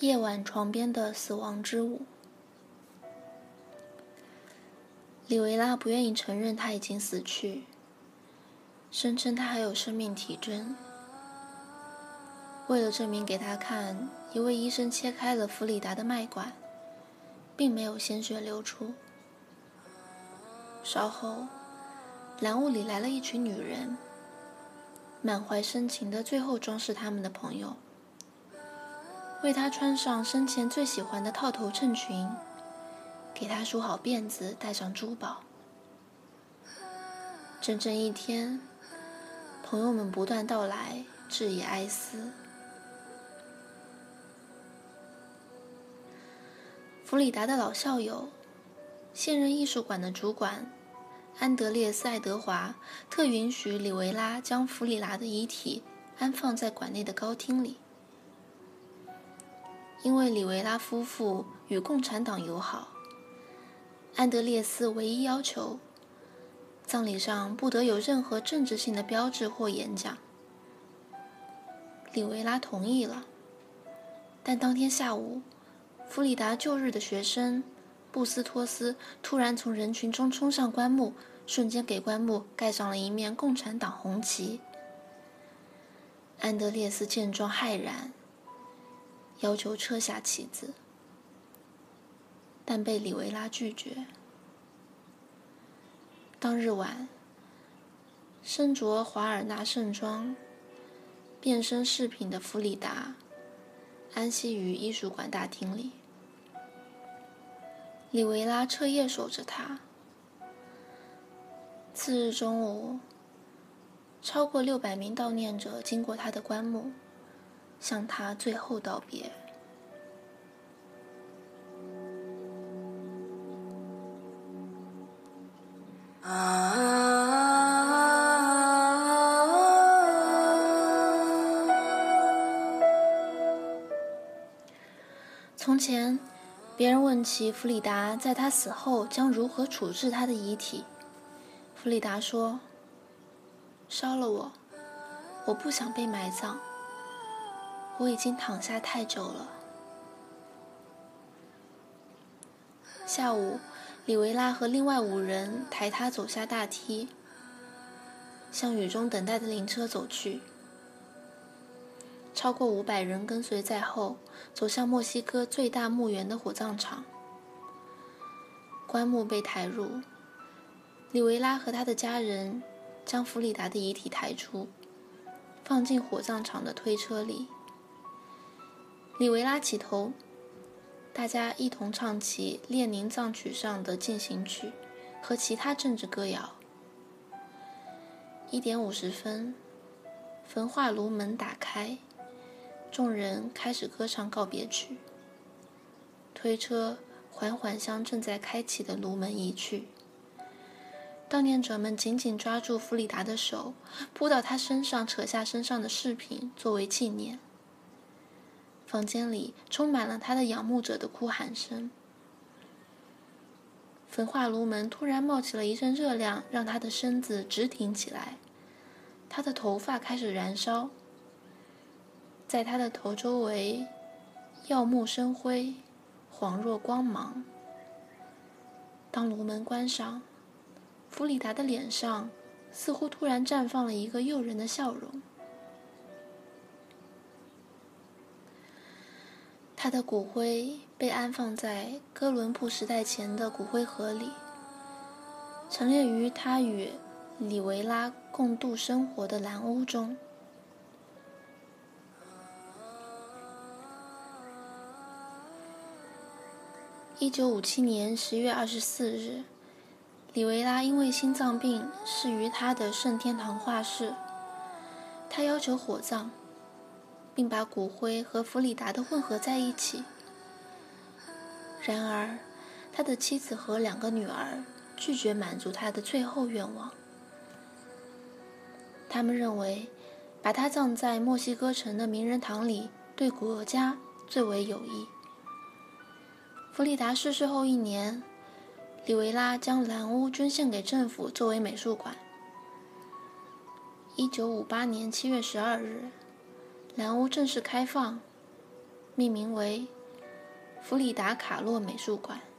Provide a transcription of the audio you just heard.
夜晚床边的死亡之舞。里维拉不愿意承认他已经死去，声称他还有生命体征。为了证明给他看，一位医生切开了弗里达的脉管，并没有鲜血流出。稍后，蓝屋里来了一群女人，满怀深情地最后装饰他们的朋友，为他穿上生前最喜欢的套头衬裙，给他梳好辫子，戴上珠宝。整整一天，朋友们不断到来，致以哀思。弗里达的老校友，现任艺术馆的主管安德烈斯·爱德华特允许里维拉将弗里达的遗体安放在馆内的高厅里。因为里维拉夫妇与共产党友好，安德烈斯唯一要求，葬礼上不得有任何政治性的标志或演讲。里维拉同意了，但当天下午，弗里达旧日的学生布斯托斯突然从人群中冲上棺木，瞬间给棺木盖上了一面共产党红旗。安德烈斯见状骇然，要求撤下旗子，但被里维拉拒绝。当日晚，身着华尔纳盛装、变身饰品的弗里达安息于艺术馆大厅里。里维拉彻夜守着他。次日中午，超过600名悼念者经过他的棺木，向他最后道别。从前，别人问起弗里达在他死后将如何处置他的遗体，弗里达说：“烧了我，我不想被埋葬，我已经躺下太久了。”下午，里维拉和另外5人抬他走下大梯，向雨中等待的灵车走去。超过500人跟随在后，走向墨西哥最大墓园的火葬场。棺木被抬入，里维拉和他的家人将弗里达的遗体抬出，放进火葬场的推车里。里维拉起头，大家一同唱起列宁葬曲上的进行曲和其他政治歌谣。1点50分，焚化炉门打开，众人开始歌唱告别曲。推车缓缓向正在开启的炉门移去。悼念者们紧紧抓住弗里达的手，扑到他身上，扯下身上的饰品作为纪念。房间里充满了他的仰慕者的哭喊声。焚化炉门突然冒起了一阵热量，让他的身子直挺起来。他的头发开始燃烧，在他的头周围耀目生辉，恍若光芒。当炉门关上，弗里达的脸上似乎突然绽放了一个诱人的笑容。他的骨灰被安放在哥伦布时代前的骨灰盒里，陈列于他与里维拉共度生活的蓝屋中。1957年10月24日，里维拉因为心脏病逝于他的圣天堂画室。他要求火葬，并把骨灰和弗里达的混合在一起。然而，他的妻子和2个女儿拒绝满足他的最后愿望。他们认为，把他葬在墨西哥城的名人堂里对国家最为有益。弗里达逝世后1年，里维拉将蓝屋捐献给政府作为美术馆。1958年7月12日，蓝屋正式开放， 命名为弗里达·卡洛美术馆。